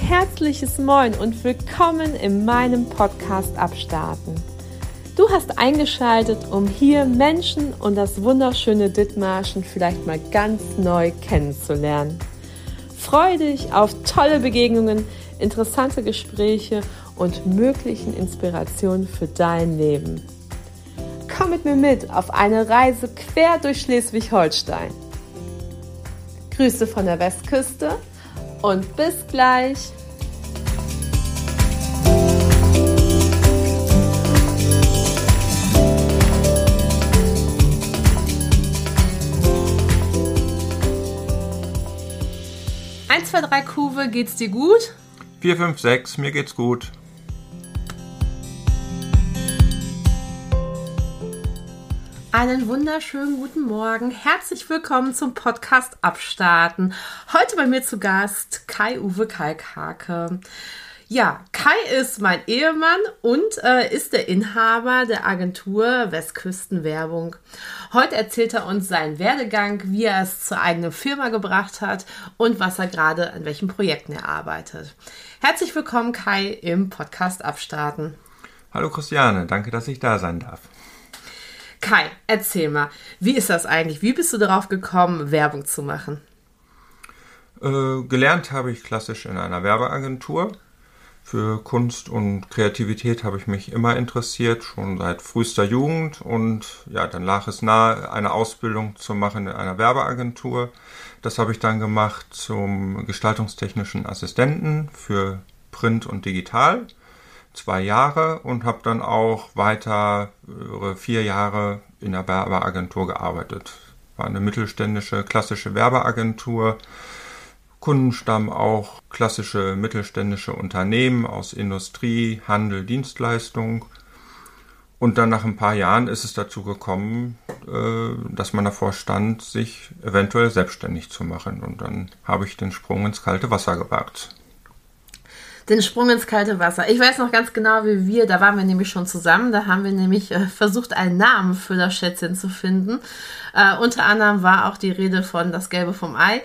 herzliches Moin und willkommen in meinem Podcast Abstarten. Du hast eingeschaltet, um hier Menschen und das wunderschöne Dithmarschen vielleicht mal ganz neu kennenzulernen. Freue dich auf tolle Begegnungen, interessante Gespräche und möglichen Inspirationen für dein Leben. Komm mit mir mit auf eine Reise quer durch Schleswig-Holstein. Grüße von der Westküste und bis gleich. Eins, zwei, drei, Kuwe, geht's dir gut? 4, 5, 6, mir geht's gut. Einen wunderschönen guten Morgen. Herzlich willkommen zum Podcast Abstarten. Heute bei mir zu Gast Kai-Uwe Kalkhake. Ja, Kai ist mein Ehemann und ist der Inhaber der Agentur Westküstenwerbung. Heute erzählt er uns seinen Werdegang, wie er es zur eigenen Firma gebracht hat und was er gerade an welchen Projekten er arbeitet. Herzlich willkommen, Kai, im Podcast Abstarten. Hallo Christiane, danke, dass ich da sein darf. Kai, erzähl mal, wie ist das eigentlich? Wie bist du darauf gekommen, Werbung zu machen? Gelernt habe ich klassisch in einer Werbeagentur. Für Kunst und Kreativität habe ich mich immer interessiert, schon seit frühester Jugend. Und ja, dann lag es nahe, eine Ausbildung zu machen in einer Werbeagentur. Das habe ich dann gemacht zum gestaltungstechnischen Assistenten für Print und Digital. 2 Jahre und habe dann auch weiter 4 Jahre in der Werbeagentur gearbeitet. War eine mittelständische, klassische Werbeagentur. Kundenstamm auch klassische mittelständische Unternehmen aus Industrie, Handel, Dienstleistung. Und dann nach ein paar Jahren ist es dazu gekommen, dass man davor stand, sich eventuell selbstständig zu machen. Und dann habe ich den Sprung ins kalte Wasser gewagt. Den Sprung ins kalte Wasser. Ich weiß noch ganz genau, da waren wir nämlich schon zusammen, da haben wir nämlich versucht, einen Namen für das Schätzchen zu finden. Unter anderem war auch die Rede von Das Gelbe vom Ei.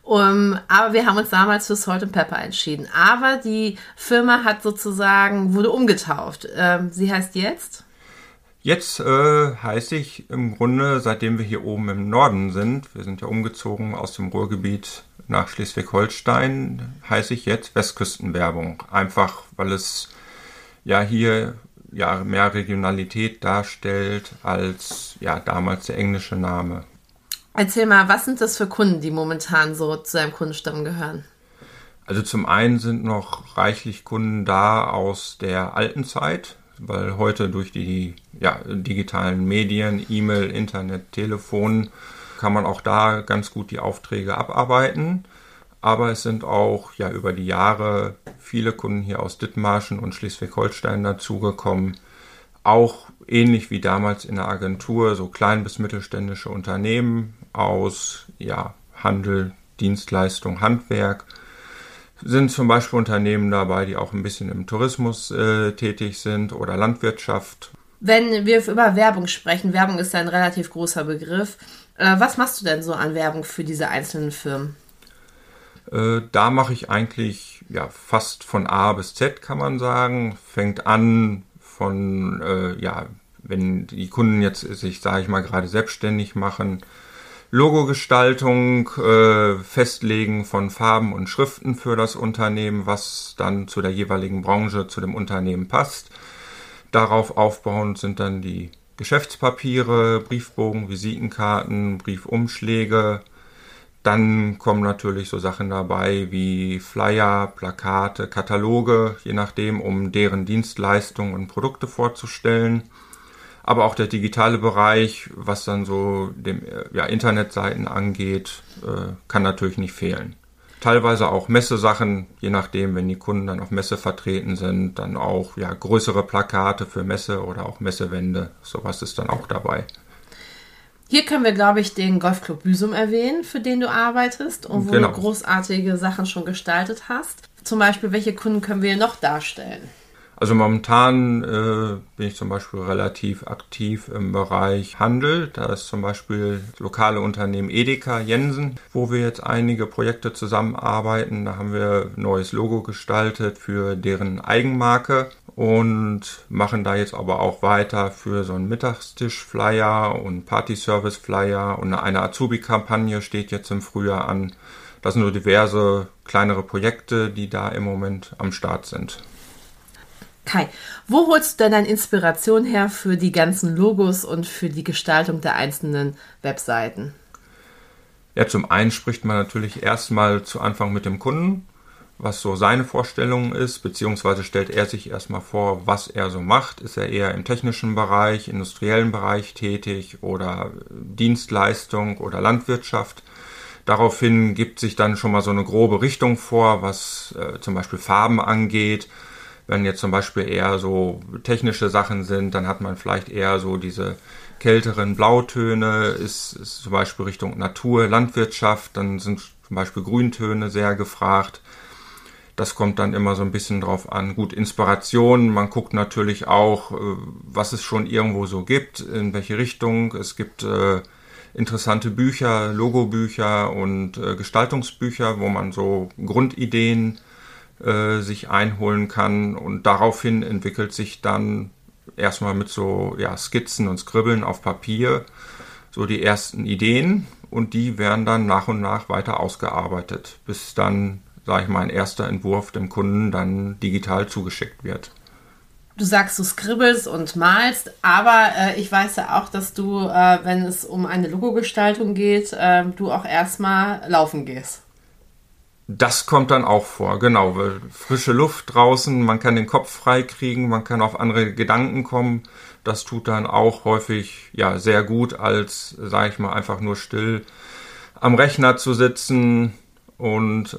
Aber wir haben uns damals für Salt and Pepper entschieden. Aber die Firma wurde umgetauft. Sie heißt jetzt? Jetzt heiße ich im Grunde, seitdem wir hier oben im Norden sind, wir sind ja umgezogen aus dem Ruhrgebiet nach Schleswig-Holstein, heiße ich jetzt Westküstenwerbung. Einfach, weil es ja hier ja mehr Regionalität darstellt als ja damals der englische Name. Erzähl mal, was sind das für Kunden, die momentan so zu deinem Kundenstamm gehören? Also zum einen sind noch reichlich Kunden da aus der alten Zeit, weil heute durch die digitalen Medien, E-Mail, Internet, Telefon, kann man auch da ganz gut die Aufträge abarbeiten. Aber es sind auch über die Jahre viele Kunden hier aus Dithmarschen und Schleswig-Holstein dazugekommen. Auch ähnlich wie damals in der Agentur, so klein- bis mittelständische Unternehmen aus Handel, Dienstleistung, Handwerk. Sind zum Beispiel Unternehmen dabei, die auch ein bisschen im Tourismus tätig sind oder Landwirtschaft. Wenn wir über Werbung sprechen, Werbung ist ja ein relativ großer Begriff. Was machst du denn so an Werbung für diese einzelnen Firmen? Da mache ich eigentlich fast von A bis Z, kann man sagen. Fängt an von, wenn die Kunden jetzt sich, sage ich mal, gerade selbstständig machen, Logogestaltung, Festlegen von Farben und Schriften für das Unternehmen, was dann zu der jeweiligen Branche, zu dem Unternehmen passt. Darauf aufbauend sind dann die Geschäftspapiere, Briefbogen, Visitenkarten, Briefumschläge. Dann kommen natürlich so Sachen dabei wie Flyer, Plakate, Kataloge, je nachdem, um deren Dienstleistungen und Produkte vorzustellen. Aber auch der digitale Bereich, was dann so dem Internetseiten angeht, kann natürlich nicht fehlen. Teilweise auch Messesachen, je nachdem, wenn die Kunden dann auf Messe vertreten sind, dann auch größere Plakate für Messe oder auch Messewände, sowas ist dann auch dabei. Hier können wir, glaube ich, den Golfclub Büsum erwähnen, für den du arbeitest und wo du großartige Sachen schon gestaltet hast. Zum Beispiel, welche Kunden können wir noch darstellen? Also momentan bin ich zum Beispiel relativ aktiv im Bereich Handel. Da ist zum Beispiel das lokale Unternehmen Edeka Jensen, wo wir jetzt einige Projekte zusammenarbeiten. Da haben wir ein neues Logo gestaltet für deren Eigenmarke und machen da jetzt aber auch weiter für so einen Mittagstisch-Flyer und Party-Service-Flyer und eine Azubi-Kampagne steht jetzt im Frühjahr an. Das sind so diverse kleinere Projekte, die da im Moment am Start sind. Kai, wo holst du denn deine Inspiration her für die ganzen Logos und für die Gestaltung der einzelnen Webseiten? Ja, zum einen spricht man natürlich erstmal zu Anfang mit dem Kunden, was so seine Vorstellung ist, beziehungsweise stellt er sich erstmal vor, was er so macht. Ist er eher im technischen Bereich, industriellen Bereich tätig oder Dienstleistung oder Landwirtschaft? Daraufhin gibt sich dann schon mal so eine grobe Richtung vor, was zum Beispiel Farben angeht. Wenn jetzt zum Beispiel eher so technische Sachen sind, dann hat man vielleicht eher so diese kälteren Blautöne, ist zum Beispiel Richtung Natur, Landwirtschaft, dann sind zum Beispiel Grüntöne sehr gefragt. Das kommt dann immer so ein bisschen drauf an. Gut, Inspiration, man guckt natürlich auch, was es schon irgendwo so gibt, in welche Richtung. Es gibt interessante Bücher, Logobücher und Gestaltungsbücher, wo man so Grundideen sich einholen kann und daraufhin entwickelt sich dann erstmal mit so Skizzen und Skribbeln auf Papier so die ersten Ideen und die werden dann nach und nach weiter ausgearbeitet, bis dann, sage ich mal, ein erster Entwurf dem Kunden dann digital zugeschickt wird. Du sagst, du skribbelst und malst, aber ich weiß ja auch, dass du, wenn es um eine Logogestaltung geht, du auch erstmal laufen gehst. Das kommt dann auch vor, genau, weil frische Luft draußen, man kann den Kopf frei kriegen, man kann auf andere Gedanken kommen. Das tut dann auch häufig sehr gut, als, sage ich mal, einfach nur still am Rechner zu sitzen und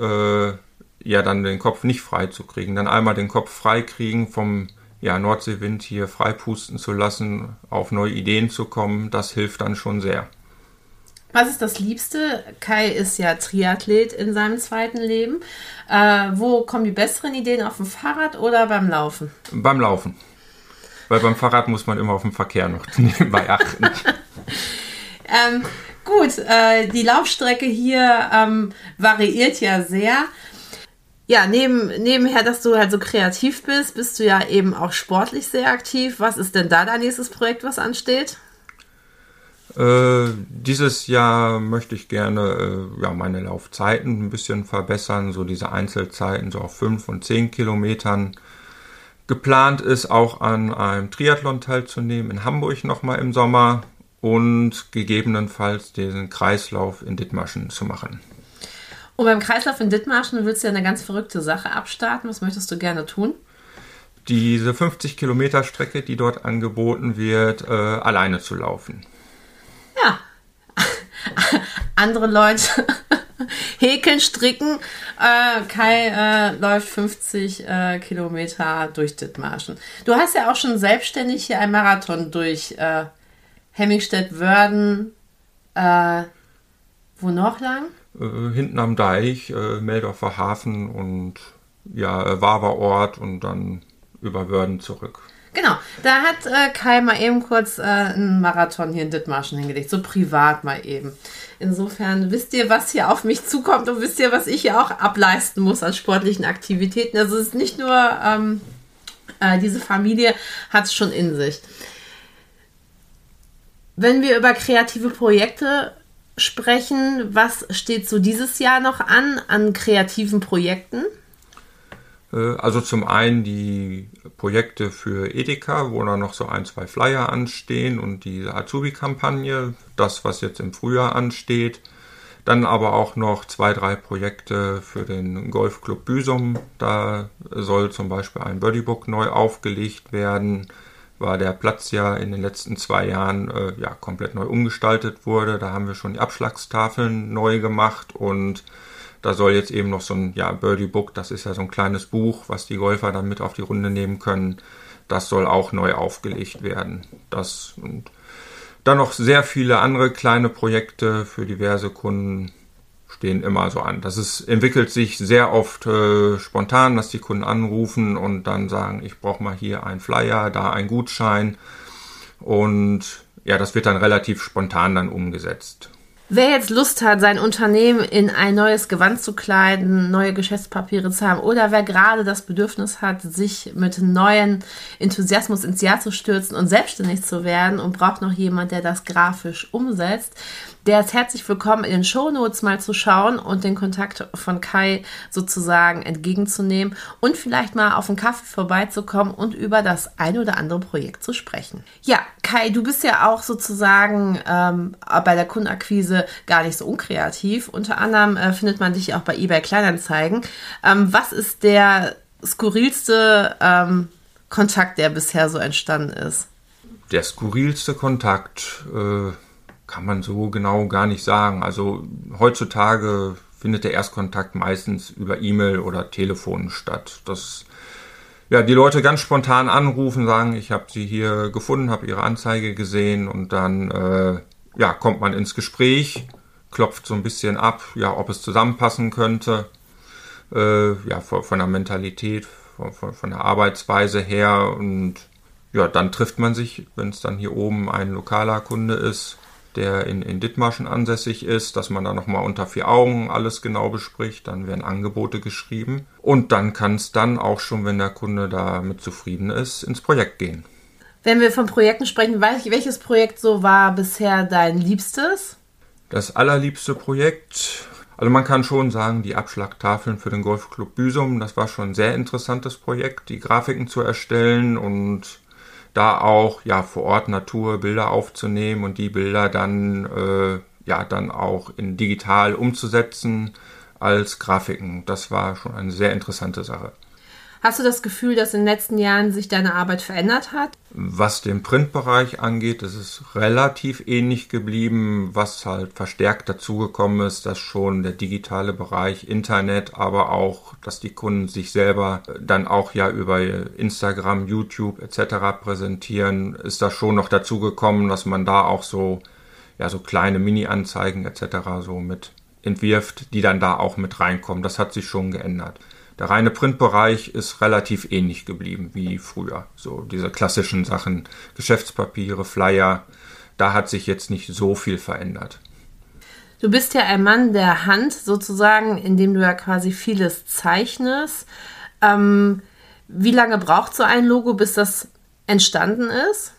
dann den Kopf nicht frei zu kriegen. Dann einmal den Kopf frei kriegen, vom Nordseewind hier freipusten zu lassen, auf neue Ideen zu kommen, das hilft dann schon sehr. Was ist das Liebste? Kai ist ja Triathlet in seinem zweiten Leben. Wo kommen die besseren Ideen, auf dem Fahrrad oder beim Laufen? Beim Laufen. Weil beim Fahrrad muss man immer auf den Verkehr noch nebenbei achten. Gut, die Laufstrecke hier variiert ja sehr. Ja, nebenher, dass du halt so kreativ bist du ja eben auch sportlich sehr aktiv. Was ist denn da dein nächstes Projekt, was ansteht? Dieses Jahr möchte ich gerne meine Laufzeiten ein bisschen verbessern, so diese Einzelzeiten so auf 5 und 10 Kilometern. Geplant ist auch an einem Triathlon teilzunehmen in Hamburg nochmal im Sommer und gegebenenfalls den Kreislauf in Dithmarschen zu machen. Und beim Kreislauf in Dithmarschen willst du ja eine ganz verrückte Sache abstarten. Was möchtest du gerne tun? Diese 50 Kilometer Strecke, die dort angeboten wird, alleine zu laufen. Ja, andere Leute häkeln, stricken. Kai läuft 50 Kilometer durch Dithmarschen. Du hast ja auch schon selbstständig hier einen Marathon durch Hemmingstedt-Wörden. Wo noch lang? Hinten am Deich, Meldorfer Hafen und Waverort und dann über Wörden zurück. Genau, da hat Kai mal eben kurz einen Marathon hier in Dithmarschen hingelegt, so privat mal eben. Insofern wisst ihr, was hier auf mich zukommt und wisst ihr, was ich hier auch ableisten muss an sportlichen Aktivitäten. Also es ist nicht nur, diese Familie hat es schon in sich. Wenn wir über kreative Projekte sprechen, was steht so dieses Jahr noch an kreativen Projekten? Also zum einen die Projekte für Edeka, wo dann noch so 1, 2 Flyer anstehen und die Azubi-Kampagne, das was jetzt im Frühjahr ansteht. Dann aber auch noch 2, 3 Projekte für den Golfclub Büsum. Da soll zum Beispiel ein Birdie-Book neu aufgelegt werden, weil der Platz ja in den letzten 2 Jahren komplett neu umgestaltet wurde. Da haben wir schon die Abschlagstafeln neu gemacht und da soll jetzt eben noch so ein Birdie-Book, das ist ja so ein kleines Buch, was die Golfer dann mit auf die Runde nehmen können. Das soll auch neu aufgelegt werden. Das und dann noch sehr viele andere kleine Projekte für diverse Kunden. stehen immer so an. Entwickelt sich sehr oft spontan, dass die Kunden anrufen und dann sagen, ich brauche mal hier einen Flyer, da einen Gutschein. Und ja, das wird dann relativ spontan dann umgesetzt. Wer jetzt Lust hat, sein Unternehmen in ein neues Gewand zu kleiden, neue Geschäftspapiere zu haben oder wer gerade das Bedürfnis hat, sich mit neuen Enthusiasmus ins Jahr zu stürzen und selbstständig zu werden und braucht noch jemand, der das grafisch umsetzt, der ist herzlich willkommen, in den Shownotes mal zu schauen und den Kontakt von Kai sozusagen entgegenzunehmen und vielleicht mal auf einen Kaffee vorbeizukommen und über das ein oder andere Projekt zu sprechen. Ja, Kai, du bist ja auch sozusagen bei der Kundenakquise gar nicht so unkreativ. Unter anderem findet man dich auch bei eBay Kleinanzeigen. Was ist der skurrilste Kontakt, der bisher so entstanden ist? Der skurrilste Kontakt kann man so genau gar nicht sagen. Also heutzutage findet der Erstkontakt meistens über E-Mail oder Telefon statt. Dass die Leute ganz spontan anrufen, sagen, ich habe sie hier gefunden, habe ihre Anzeige gesehen und dann kommt man ins Gespräch, klopft so ein bisschen ab, ob es zusammenpassen könnte, von der Mentalität, von der Arbeitsweise her und dann trifft man sich, wenn es dann hier oben ein lokaler Kunde ist, der in Dithmarschen ansässig ist, dass man da nochmal unter 4 Augen alles genau bespricht, dann werden Angebote geschrieben und dann kann es dann auch schon, wenn der Kunde damit zufrieden ist, ins Projekt gehen. Wenn wir von Projekten sprechen, welches Projekt so war bisher dein Liebstes? Das allerliebste Projekt, also man kann schon sagen, die Abschlagtafeln für den Golfclub Büsum, das war schon ein sehr interessantes Projekt, die Grafiken zu erstellen und da auch vor Ort Naturbilder aufzunehmen und die Bilder dann dann auch in digital umzusetzen als Grafiken. Das war schon eine sehr interessante Sache. Hast du das Gefühl, dass in den letzten Jahren sich deine Arbeit verändert hat? Was den Printbereich angeht, ist es relativ ähnlich geblieben. Was halt verstärkt dazugekommen ist, dass schon der digitale Bereich, Internet, aber auch, dass die Kunden sich selber dann auch über Instagram, YouTube etc. präsentieren, ist da schon noch dazugekommen, dass man da auch so kleine Mini-Anzeigen etc. so mit entwirft, die dann da auch mit reinkommen. Das hat sich schon geändert. Der reine Printbereich ist relativ ähnlich geblieben wie früher. So diese klassischen Sachen, Geschäftspapiere, Flyer, da hat sich jetzt nicht so viel verändert. Du bist ja ein Mann der Hand sozusagen, indem du ja quasi vieles zeichnest. Wie lange braucht so ein Logo, bis das entstanden ist?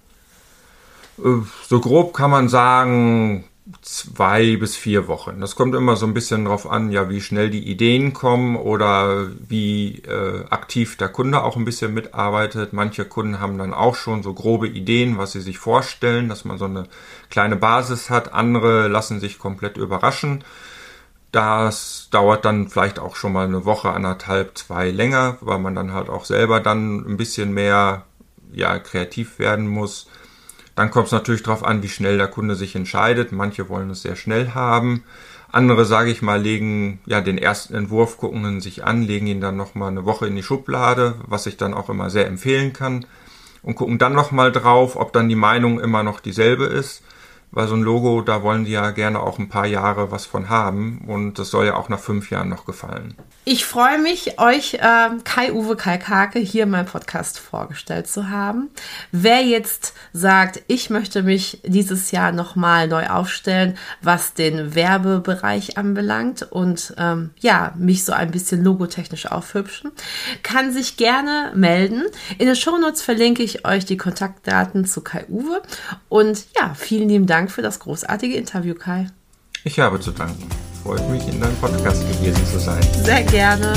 So grob kann man sagen 2 bis 4 Wochen. Das kommt immer so ein bisschen drauf an, wie schnell die Ideen kommen oder wie aktiv der Kunde auch ein bisschen mitarbeitet. Manche Kunden haben dann auch schon so grobe Ideen, was sie sich vorstellen, dass man so eine kleine Basis hat. Andere lassen sich komplett überraschen. Das dauert dann vielleicht auch schon mal eine Woche, 1,5, 2 länger, weil man dann halt auch selber dann ein bisschen mehr kreativ werden muss. Dann kommt es natürlich darauf an, wie schnell der Kunde sich entscheidet. Manche wollen es sehr schnell haben. Andere, legen den ersten Entwurf, gucken ihn sich an, legen ihn dann nochmal eine Woche in die Schublade, was ich dann auch immer sehr empfehlen kann. Und gucken dann nochmal drauf, ob dann die Meinung immer noch dieselbe ist. Weil so ein Logo, da wollen die ja gerne auch ein paar Jahre was von haben. Und das soll ja auch nach 5 Jahren noch gefallen. Ich freue mich, euch Kai-Uwe Kalkake hier in meinem Podcast vorgestellt zu haben. Wer jetzt sagt, ich möchte mich dieses Jahr nochmal neu aufstellen, was den Werbebereich anbelangt und mich so ein bisschen logotechnisch aufhübschen, kann sich gerne melden. In den Shownotes verlinke ich euch die Kontaktdaten zu Kai-Uwe. Und vielen lieben Dank für das großartige Interview, Kai. Ich habe zu danken. Freut mich, in deinem Podcast gewesen zu sein. Sehr gerne.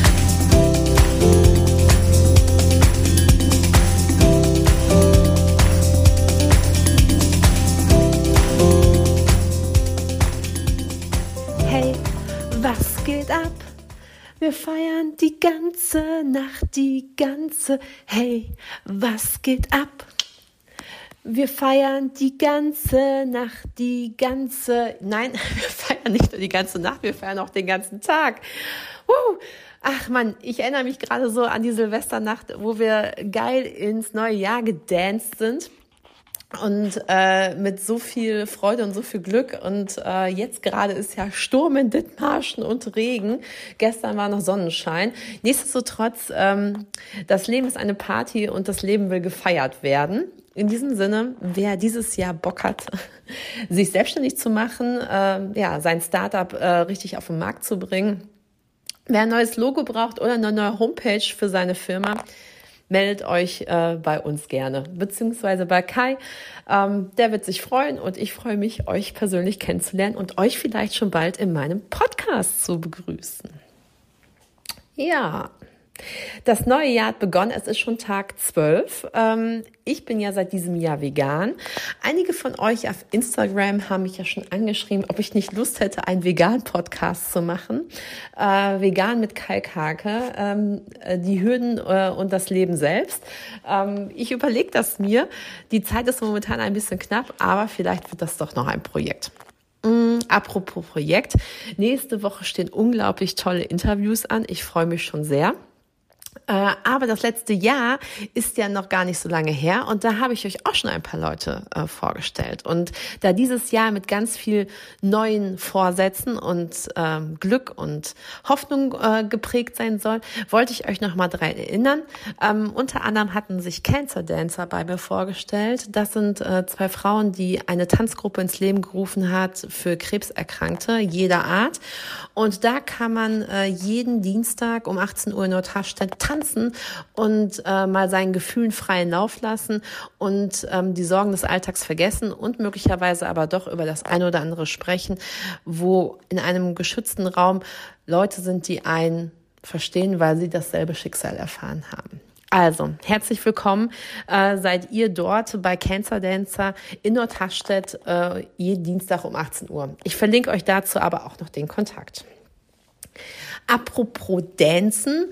Hey, was geht ab? Wir feiern die ganze Nacht, Hey, was geht ab? Wir feiern die ganze Nacht, Nein, wir feiern nicht nur die ganze Nacht, wir feiern auch den ganzen Tag. Ach Mann, ich erinnere mich gerade so an die Silvesternacht, wo wir geil ins neue Jahr gedanced sind. Und mit so viel Freude und so viel Glück. Und jetzt gerade ist ja Sturm in Dithmarschen und Regen. Gestern war noch Sonnenschein. Nichtsdestotrotz, das Leben ist eine Party und das Leben will gefeiert werden. In diesem Sinne, wer dieses Jahr Bock hat, sich selbstständig zu machen, sein Startup richtig auf den Markt zu bringen, wer ein neues Logo braucht oder eine neue Homepage für seine Firma, meldet euch bei uns gerne, beziehungsweise bei Kai. Der wird sich freuen und ich freue mich, euch persönlich kennenzulernen und euch vielleicht schon bald in meinem Podcast zu begrüßen. Ja, das neue Jahr hat begonnen, es ist schon Tag 12. Ich bin ja seit diesem Jahr vegan. Einige von euch auf Instagram haben mich ja schon angeschrieben, ob ich nicht Lust hätte, einen Vegan-Podcast zu machen. Vegan mit Kai Karke, die Hürden und das Leben selbst. Ich überlege das mir. Die Zeit ist momentan ein bisschen knapp, aber vielleicht wird das doch noch ein Projekt. Apropos Projekt, nächste Woche stehen unglaublich tolle Interviews an. Ich freue mich schon sehr. Aber das letzte Jahr ist ja noch gar nicht so lange her und da habe ich euch auch schon ein paar Leute vorgestellt. Und da dieses Jahr mit ganz viel neuen Vorsätzen und Glück und Hoffnung geprägt sein soll, wollte ich euch noch mal daran erinnern. Unter anderem hatten sich Cancer Dancer bei mir vorgestellt. Das sind 2 Frauen, die eine Tanzgruppe ins Leben gerufen hat für Krebserkrankte jeder Art. Und da kann man jeden Dienstag um 18 Uhr in Nordhallstatt tanzen und mal seinen Gefühlen freien Lauf lassen und die Sorgen des Alltags vergessen und möglicherweise aber doch über das eine oder andere sprechen, wo in einem geschützten Raum Leute sind, die einen verstehen, weil sie dasselbe Schicksal erfahren haben. Also, herzlich willkommen, seid ihr dort bei Cancer Dancer in Nordhallstatt jeden Dienstag um 18 Uhr. Ich verlinke euch dazu aber auch noch den Kontakt. Apropos Dancen,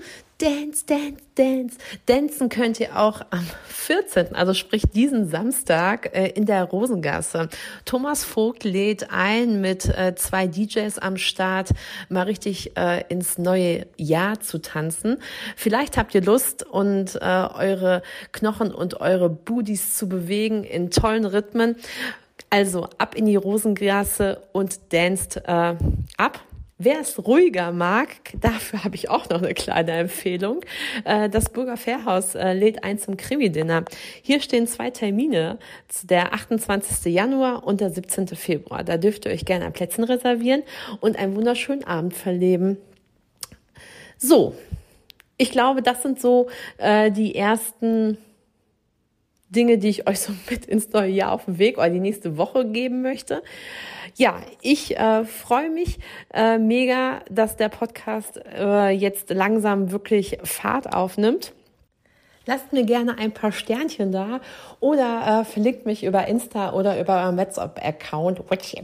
Dancen könnt ihr auch am 14., also sprich diesen Samstag in der Rosengasse. Thomas Vogt lädt ein, mit 2 DJs am Start mal richtig ins neue Jahr zu tanzen. Vielleicht habt ihr Lust und eure Knochen und eure Booties zu bewegen in tollen Rhythmen. Also ab in die Rosengasse und danced ab. Wer es ruhiger mag, dafür habe ich auch noch eine kleine Empfehlung. Das Burger Fährhaus lädt ein zum Krimi-Dinner. Hier stehen 2 Termine, der 28. Januar und der 17. Februar. Da dürft ihr euch gerne ein Plätzchen reservieren und einen wunderschönen Abend verleben. So, ich glaube, das sind so die ersten Dinge, die ich euch so mit ins neue Jahr auf den Weg oder die nächste Woche geben möchte. Ja, ich freue mich mega, dass der Podcast jetzt langsam wirklich Fahrt aufnimmt. Lasst mir gerne ein paar Sternchen da oder verlinkt mich über Insta oder über euren WhatsApp-Account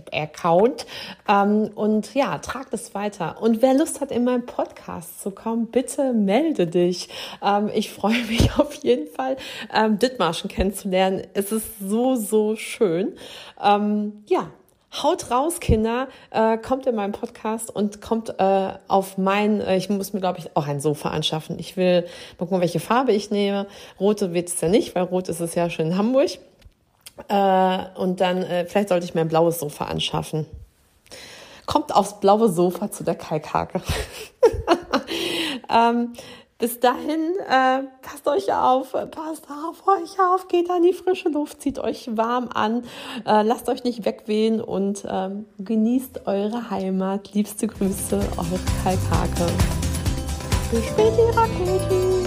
und ja, tragt es weiter. Und wer Lust hat, in meinen Podcast zu kommen, bitte melde dich. Ich freue mich auf jeden Fall, Dithmarschen kennenzulernen. Es ist so, so schön. Haut raus, Kinder, kommt in meinen Podcast und kommt auf ich muss mir, glaube ich, auch ein Sofa anschaffen. Ich will mal gucken, welche Farbe ich nehme. Rote wird es ja nicht, weil rot ist es ja schon in Hamburg. Und dann, vielleicht sollte ich mir ein blaues Sofa anschaffen. Kommt aufs blaue Sofa zu der Kai Karke. Bis dahin, passt euch auf, geht an die frische Luft, zieht euch warm an, lasst euch nicht wegwehen und genießt eure Heimat. Liebste Grüße, eure Kai Karke. Bis später, Raketi.